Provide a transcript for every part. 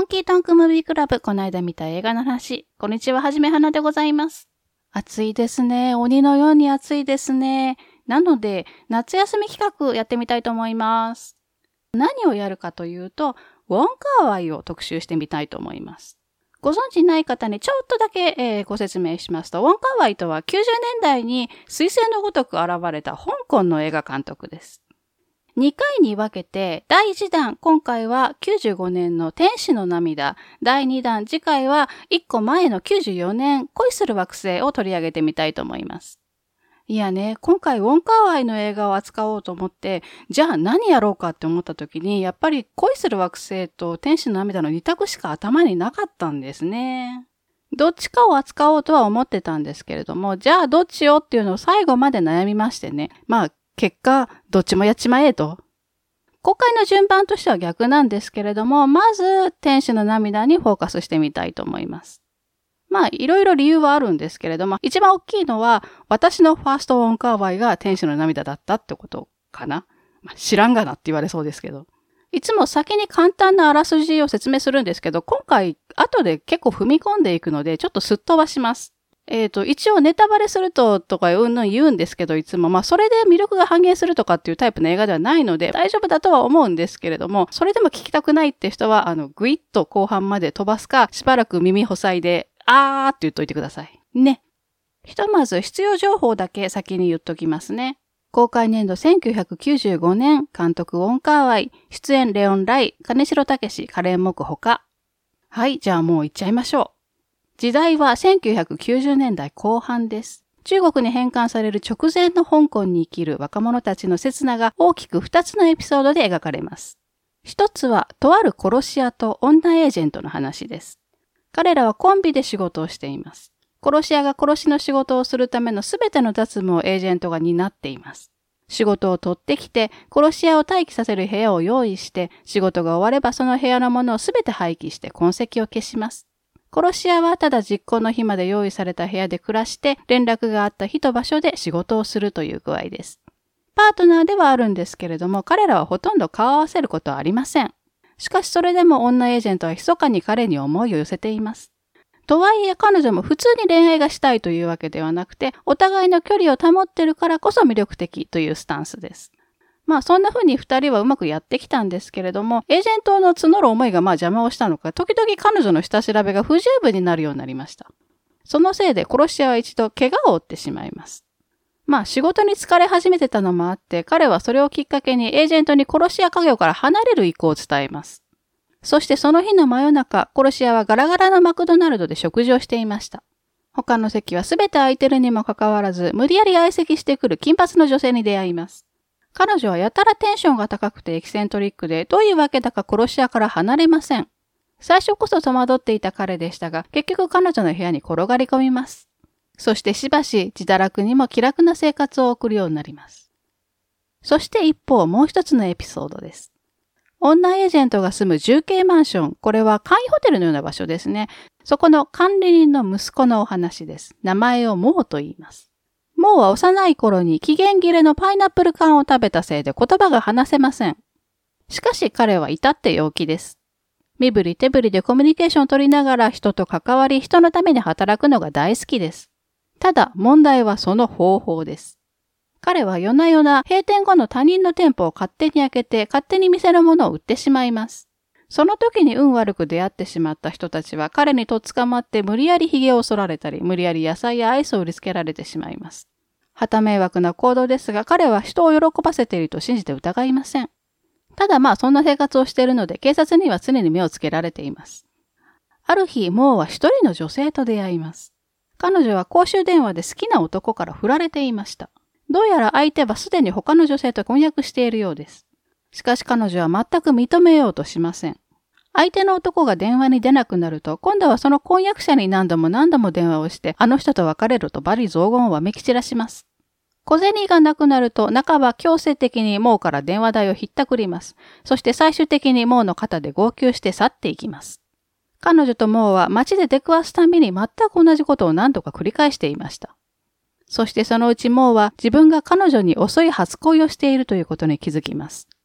モンキートンクムービークラブ、この間見た映画の話。こんにちは、はじめはなでございます。暑いですね。鬼のように暑いですね。なので、夏休み企画やってみたいと思います。何をやるかというと、ウォンカーワイを特集してみたいと思います。ご存知ない方にちょっとだけ、ご説明しますと、ウォンカーワイとは90年代に彗星のごとく現れた香港の映画監督です。2回に分けて、第1弾、今回は95年の天使の涙、第2弾、次回は1個前の94年、恋する惑星を取り上げてみたいと思います。いやね、今回ウォンカーワイの映画を扱おうと思って、じゃあ何やろうかって思った時に、やっぱり恋する惑星と天使の涙の2択しか頭になかったんですね。どっちかを扱おうとは思ってたんですけれども、じゃあどっちよっていうのを最後まで悩みましてね。結果、どっちもやっちまえと。公開の順番としては逆なんですけれども、まず、天使の涙にフォーカスしてみたいと思います。いろいろ理由はあるんですけれども、一番大きいのは、私のファーストウォンカーワイが天使の涙だったってことかな。知らんがなって言われそうですけど。いつも先に簡単なあらすじを説明するんですけど、今回、後で結構踏み込んでいくので、ちょっとすっ飛ばします。一応ネタバレするとか言うんですけど、いつもそれで魅力が半減するとかっていうタイプの映画ではないので大丈夫だとは思うんですけれども、それでも聞きたくないって人はぐいっと後半まで飛ばすか、しばらく耳塞いであーって言っといてくださいね。ひとまず必要情報だけ先に言っときますね。公開年度1995年、監督ウォンカーワイ、出演レオン・ライ、金城武、カレン・モクほか。はい、じゃあもう行っちゃいましょう。時代は1990年代後半です。中国に返還される直前の香港に生きる若者たちの刹那が大きく2つのエピソードで描かれます。一つは、とある殺し屋と女エージェントの話です。彼らはコンビで仕事をしています。殺し屋が殺しの仕事をするためのすべての雑務をエージェントが担っています。仕事を取ってきて、殺し屋を待機させる部屋を用意して、仕事が終わればその部屋のものをすべて廃棄して痕跡を消します。殺し屋はただ実行の日まで用意された部屋で暮らして連絡があった日と場所で仕事をするという具合です。パートナーではあるんですけれども、彼らはほとんど顔を合わせることはありません。しかしそれでも女エージェントは密かに彼に思いを寄せています。とはいえ彼女も普通に恋愛がしたいというわけではなくて、お互いの距離を保っているからこそ魅力的というスタンスです。そんな風に二人はうまくやってきたんですけれども、エージェントの募る思いが邪魔をしたのか、時々彼女の下調べが不十分になるようになりました。そのせいで殺し屋は一度怪我を負ってしまいます。仕事に疲れ始めてたのもあって、彼はそれをきっかけにエージェントに殺し屋家業から離れる意向を伝えます。そしてその日の真夜中、殺し屋はガラガラのマクドナルドで食事をしていました。他の席はすべて空いてるにもかかわらず、無理やり相席してくる金髪の女性に出会います。彼女はやたらテンションが高くてエキセントリックで、どういうわけだか殺し屋から離れません。最初こそ戸惑っていた彼でしたが、結局彼女の部屋に転がり込みます。そしてしばし自堕落にも気楽な生活を送るようになります。そして一方、もう一つのエピソードです。女エージェントが住む重慶マンション、これは簡易ホテルのような場所ですね。そこの管理人の息子のお話です。名前をモーと言います。モーは幼い頃に期限切れのパイナップル缶を食べたせいで言葉が話せません。しかし彼は至って陽気です。身振り手振りでコミュニケーションを取りながら人と関わり、人のために働くのが大好きです。ただ問題はその方法です。彼は夜な夜な閉店後の他人の店舗を勝手に開けて勝手に店のものを売ってしまいます。その時に運悪く出会ってしまった人たちは彼にとっ捕まって無理やり髭を剃られたり、無理やり野菜やアイスを売りつけられてしまいます。旗迷惑な行動ですが、彼は人を喜ばせていると信じて疑いません。ただそんな生活をしているので、警察には常に目をつけられています。ある日、モーは一人の女性と出会います。彼女は公衆電話で好きな男から振られていました。どうやら相手はすでに他の女性と婚約しているようです。しかし彼女は全く認めようとしません。相手の男が電話に出なくなると、今度はその婚約者に何度も電話をして、あの人と別れると罵詈雑言をわめき散らします。小銭がなくなると、半ば強制的にモーから電話代をひったくります。そして最終的にモーの肩で号泣して去っていきます。彼女とモーは街で出くわすたびに全く同じことを何度か繰り返していました。そしてそのうちモーは自分が彼女に遅い初恋をしているということに気づきます。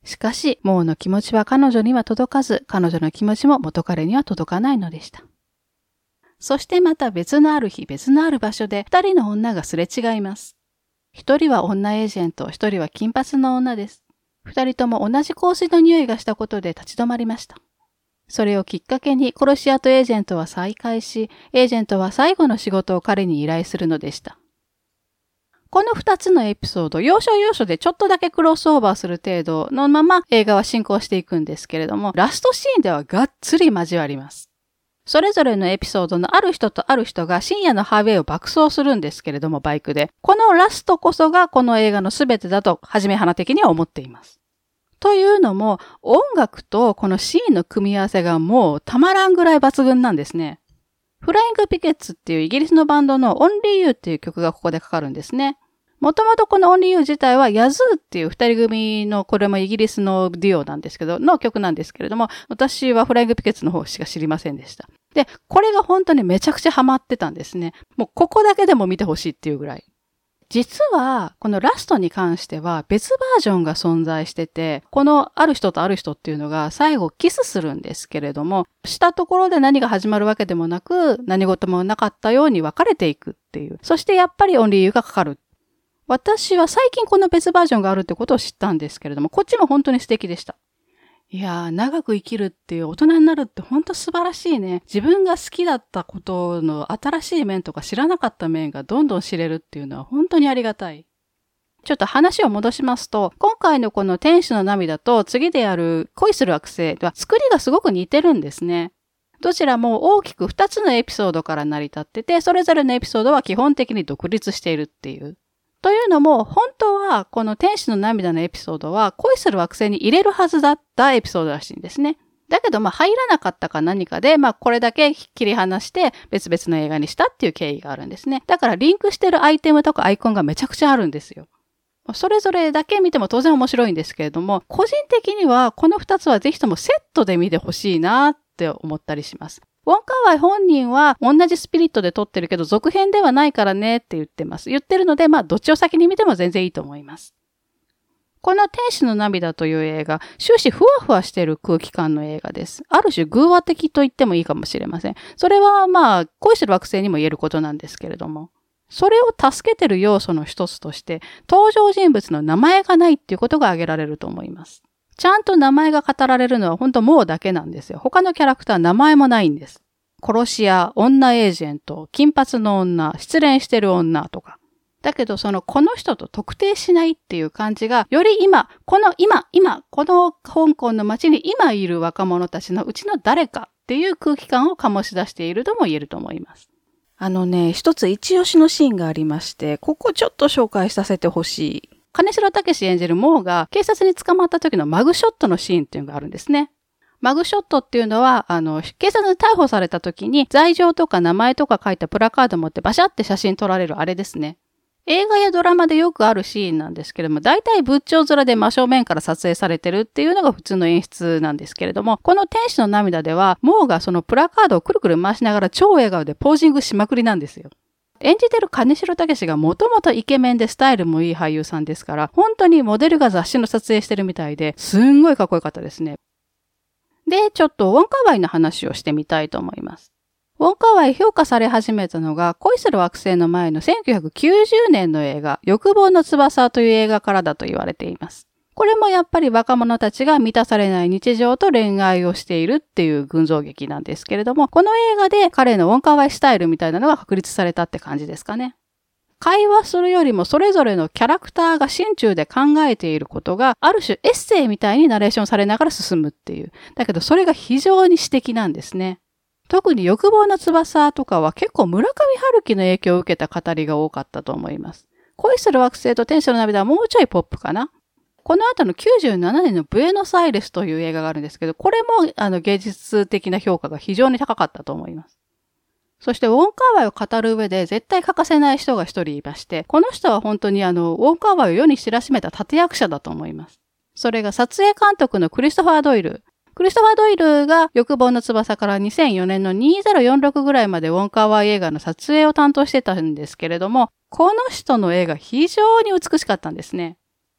しかし、モーの気持ちは彼女には届かず、彼女の気持ちも元彼には届かないのでした。そしてまた別のある日、別のある場所で二人の女がすれ違います。一人は女エージェント、一人は金髪の女です。二人とも同じ香水の匂いがしたことで立ち止まりました。それをきっかけに殺し屋とエージェントは再会し、エージェントは最後の仕事を彼に依頼するのでした。この二つのエピソード、要所要所でちょっとだけクロスオーバーする程度のまま映画は進行していくんですけれども、ラストシーンではがっつり交わります。それぞれのエピソードのある人とある人が深夜のハーウェイを爆走するんですけれども、バイクで。このラストこそがこの映画の全てだと、はじめはな的には思っています。というのも、音楽とこのシーンの組み合わせがもうたまらんぐらい抜群なんですね。フライングピケッツっていうイギリスのバンドの Only You っていう曲がここでかかるんですね。もともとこの Only You 自体はヤズーっていう二人組のこれもイギリスのデュオなんですけど、の曲なんですけれども、私はフライングピケッツの方しか知りませんでした。で、これが本当にめちゃくちゃハマってたんですね。もうここだけでも見てほしいっていうぐらい。実は、このラストに関しては別バージョンが存在してて、このある人とある人っていうのが最後キスするんですけれども、したところで何が始まるわけでもなく、何事もなかったように別れていくっていう。そしてやっぱりオンリーユーがかかる。私は最近この別バージョンがあるってことを知ったんですけれども、こっちも本当に素敵でした。いやー、長く生きるっていう大人になるって本当素晴らしいね。自分が好きだったことの新しい面とか知らなかった面がどんどん知れるっていうのは本当にありがたい。ちょっと話を戻しますと、今回のこの天使の涙と次である恋する惑星は作りがすごく似てるんですね。どちらも大きく2つのエピソードから成り立ってて、それぞれのエピソードは基本的に独立しているっていう。というのも、本当はこの天使の涙のエピソードは恋する惑星に入れるはずだったエピソードらしいんですね。だけど入らなかったか何かで、これだけ切り離して別々の映画にしたっていう経緯があるんですね。だからリンクしてるアイテムとかアイコンがめちゃくちゃあるんですよ。それぞれだけ見ても当然面白いんですけれども、個人的にはこの2つはぜひともセットで見てほしいなって思ったりします。ウォン・カーワイ本人は同じスピリットで撮ってるけど続編ではないからねって言ってます。言ってるので、どっちを先に見ても全然いいと思います。この天使の涙という映画、終始ふわふわしている空気感の映画です。ある種偶話的と言ってもいいかもしれません。それは恋する惑星にも言えることなんですけれども。それを助けてる要素の一つとして、登場人物の名前がないっていうことが挙げられると思います。ちゃんと名前が語られるのは本当もうだけなんですよ。他のキャラクター名前もないんです。殺し屋、女エージェント、金髪の女、失恋してる女とか。だけどこの人と特定しないっていう感じが、よりこの香港の街に今いる若者たちのうちの誰かっていう空気感を醸し出しているとも言えると思います。一つ一押しのシーンがありまして、ここちょっと紹介させてほしい。金城武演じるモーが警察に捕まった時のマグショットのシーンっていうのがあるんですね。マグショットっていうのは、警察に逮捕された時に罪状とか名前とか書いたプラカード持ってバシャって写真撮られるあれですね。映画やドラマでよくあるシーンなんですけれども、大体仏頂面で真正面から撮影されてるっていうのが普通の演出なんですけれども、この天使の涙では、モーがそのプラカードをくるくる回しながら超笑顔でポージングしまくりなんですよ。演じてる金城武がもともとイケメンでスタイルもいい俳優さんですから、本当にモデルが雑誌の撮影してるみたいで、すんごいかっこよかったですね。で、ちょっとウォン・カーワイの話をしてみたいと思います。ウォン・カーワイ評価され始めたのが、恋する惑星の前の1990年の映画、欲望の翼という映画からだと言われています。これもやっぱり若者たちが満たされない日常と恋愛をしているっていう群像劇なんですけれども、この映画で彼のウォン・カーワイスタイルみたいなのが確立されたって感じですかね。会話するよりもそれぞれのキャラクターが心中で考えていることがある種エッセイみたいにナレーションされながら進むっていう。だけどそれが非常に詩的なんですね。特に欲望の翼とかは結構村上春樹の影響を受けた語りが多かったと思います。恋する惑星と天使の涙はもうちょいポップかな。この後の97年のブエノスアイレスという映画があるんですけど、これも芸術的な評価が非常に高かったと思います。そしてウォン・カーワイを語る上で絶対欠かせない人が一人いまして、この人は本当にウォン・カーワイを世に知らしめた立役者だと思います。それが撮影監督のクリストファー・ドイル。クリストファー・ドイルが欲望の翼から2004年の2046ぐらいまでウォン・カーワイ映画の撮影を担当してたんですけれども、この人の映画非常に美しかったんですね。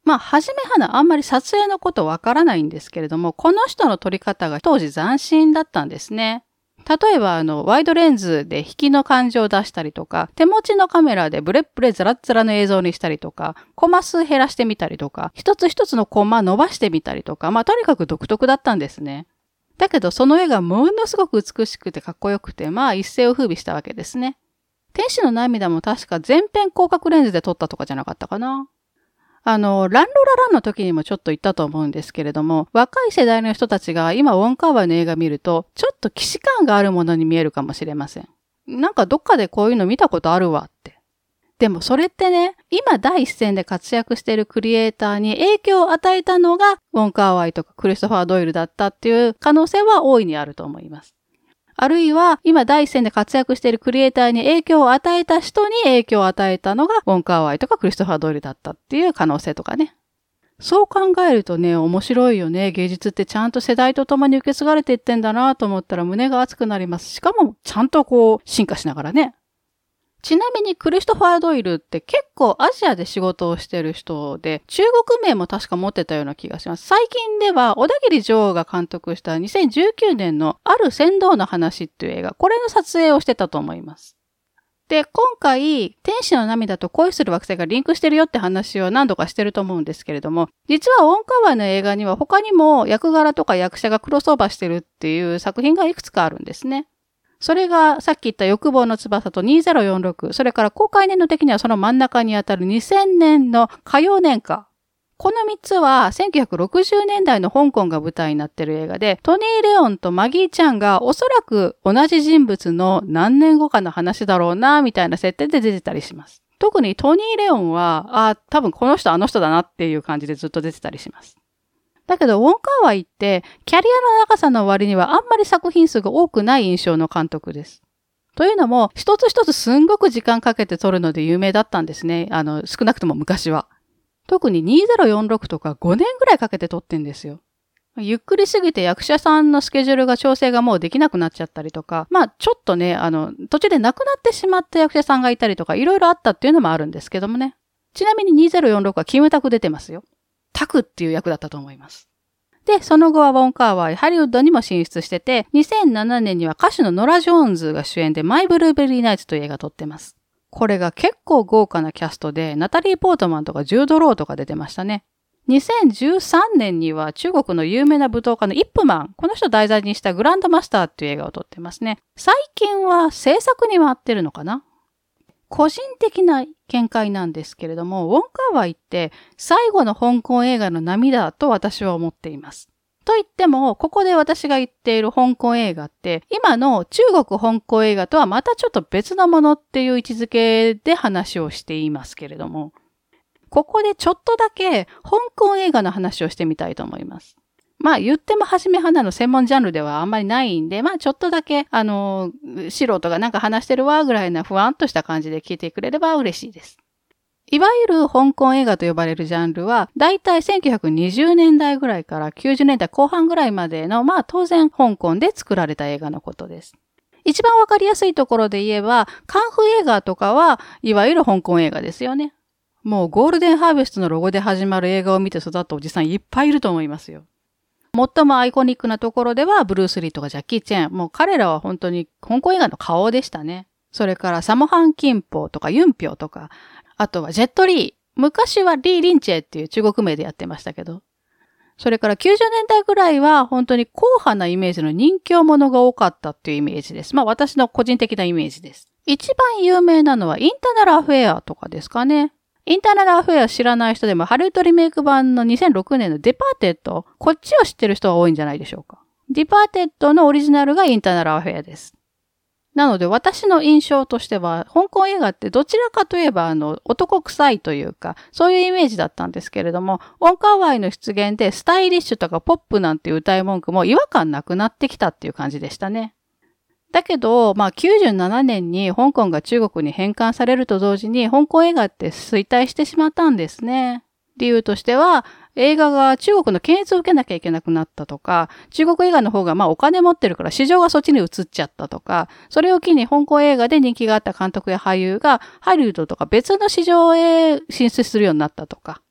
はじめはなあんまり撮影のことわからないんですけれども、この人の撮り方が当時斬新だったんですね。例えばワイドレンズで引きの感情を出したりとか、手持ちのカメラでブレッブレザラッザラの映像にしたりとか、コマ数減らしてみたりとか、一つ一つのコマ伸ばしてみたりとか、とにかく独特だったんですね。だけどその絵がものすごく美しくてかっこよくて、一世を風靡したわけですね。天使の涙も確か全編広角レンズで撮ったとかじゃなかったかな。ランロラランの時にもちょっと言ったと思うんですけれども、若い世代の人たちが今ウォンカーワイの映画見ると、ちょっと既視感があるものに見えるかもしれません。なんかどっかでこういうの見たことあるわって。でもそれってね、今第一線で活躍しているクリエイターに影響を与えたのがウォンカーワイとかクリストファー・ドイルだったっていう可能性は大いにあると思います。あるいは、今第一線で活躍しているクリエイターに影響を与えた人に影響を与えたのが、ウォンカーワイとかクリストファー・ドイルだったっていう可能性とかね。そう考えるとね、面白いよね。芸術ってちゃんと世代とともに受け継がれていってんだなと思ったら胸が熱くなります。しかも、ちゃんと進化しながらね。ちなみにクリストファー・ドイルって結構アジアで仕事をしてる人で、中国名も確か持ってたような気がします。最近では小田切丈が監督した2019年のある船頭の話っていう映画、これの撮影をしてたと思います。で、今回、天使の涙と恋する惑星がリンクしてるよって話を何度かしてると思うんですけれども、実はウォンカーワイの映画には他にも役柄とか役者がクロスオーバーしてるっていう作品がいくつかあるんですね。それがさっき言った欲望の翼と2046、それから公開年度的にはその真ん中にあたる2000年の歌謡年歌。この3つは1960年代の香港が舞台になっている映画で、トニー・レオンとマギー・チャンがおそらく同じ人物の何年後かの話だろうな、みたいな設定で出てたりします。特にトニー・レオンは、多分この人あの人だなっていう感じでずっと出てたりします。だけど、ウォンカーワイって、キャリアの長さの割にはあんまり作品数が多くない印象の監督です。というのも、一つ一つすんごく時間かけて撮るので有名だったんですね。少なくとも昔は。特に2046とか5年ぐらいかけて撮ってんですよ。ゆっくりすぎて役者さんのスケジュールが調整がもうできなくなっちゃったりとか、ちょっとね、途中で亡くなってしまった役者さんがいたりとか、いろいろあったっていうのもあるんですけどもね。ちなみに2046はキムタク出てますよ。タクっていう役だったと思います。で、その後はウォンカーワイ、ハリウッドにも進出してて、2007年には歌手のノラ・ジョーンズが主演でマイ・ブルーベリー・ナイツという映画撮ってます。これが結構豪華なキャストで、ナタリー・ポートマンとかジュード・ローとか出てましたね。2013年には中国の有名な舞踏家のイップマン、この人を題材にしたグランドマスターっていう映画を撮ってますね。最近は制作に回ってるのかな？個人的な見解なんですけれども、ウォンカーワイって最後の香港映画の波だと私は思っています。と言っても、ここで私が言っている香港映画って、今の中国香港映画とはまたちょっと別のものっていう位置づけで話をしていますけれども、ここでちょっとだけ香港映画の話をしてみたいと思います。言ってもはじめはなの専門ジャンルではあんまりないんで、ちょっとだけ、素人がなんか話してるわぐらいなふわんとした感じで聞いてくれれば嬉しいです。いわゆる香港映画と呼ばれるジャンルは、だいたい1920年代ぐらいから90年代後半ぐらいまでの、当然香港で作られた映画のことです。一番わかりやすいところで言えば、カンフー映画とかは、いわゆる香港映画ですよね。もうゴールデンハーベストのロゴで始まる映画を見て育ったおじさんいっぱいいると思いますよ。最もアイコニックなところでは、ブルース・リーとかジャッキー・チェン。もう彼らは本当に香港映画の顔でしたね。それからサモハン・キンポとかユンピョとか、あとはジェット・リー。昔はリー・リンチェっていう中国名でやってましたけど。それから90年代ぐらいは本当に硬派なイメージの人気者が多かったっていうイメージです。私の個人的なイメージです。一番有名なのはインターナル・アフェアとかですかね。インターナルアフェア知らない人でもハリウッドリメイク版の2006年のデパーテッド、こっちを知ってる人は多いんじゃないでしょうか。デパーテッドのオリジナルがインターナルアフェアです。なので私の印象としては、香港映画ってどちらかといえば男臭いというか、そういうイメージだったんですけれども、ウォンカーワイの出現でスタイリッシュとかポップなんていう歌い文句も違和感なくなってきたっていう感じでしたね。だけど、97年に香港が中国に返還されると同時に、香港映画って衰退してしまったんですね。理由としては、映画が中国の検閲を受けなきゃいけなくなったとか、中国映画の方がお金持ってるから市場がそっちに移っちゃったとか、それを機に香港映画で人気があった監督や俳優がハリウッドとか別の市場へ進出するようになったとか、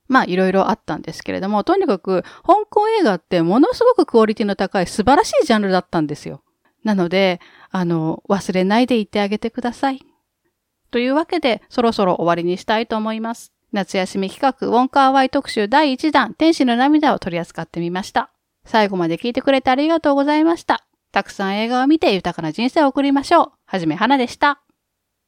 いろいろあったんですけれども、とにかく香港映画ってものすごくクオリティの高い素晴らしいジャンルだったんですよ。なので、忘れないでいてあげてください。というわけで、そろそろ終わりにしたいと思います。夏休み企画、ウォンカーワイ特集第1弾、天使の涙を取り扱ってみました。最後まで聞いてくれてありがとうございました。たくさん映画を見て豊かな人生を送りましょう。はじめはなでした。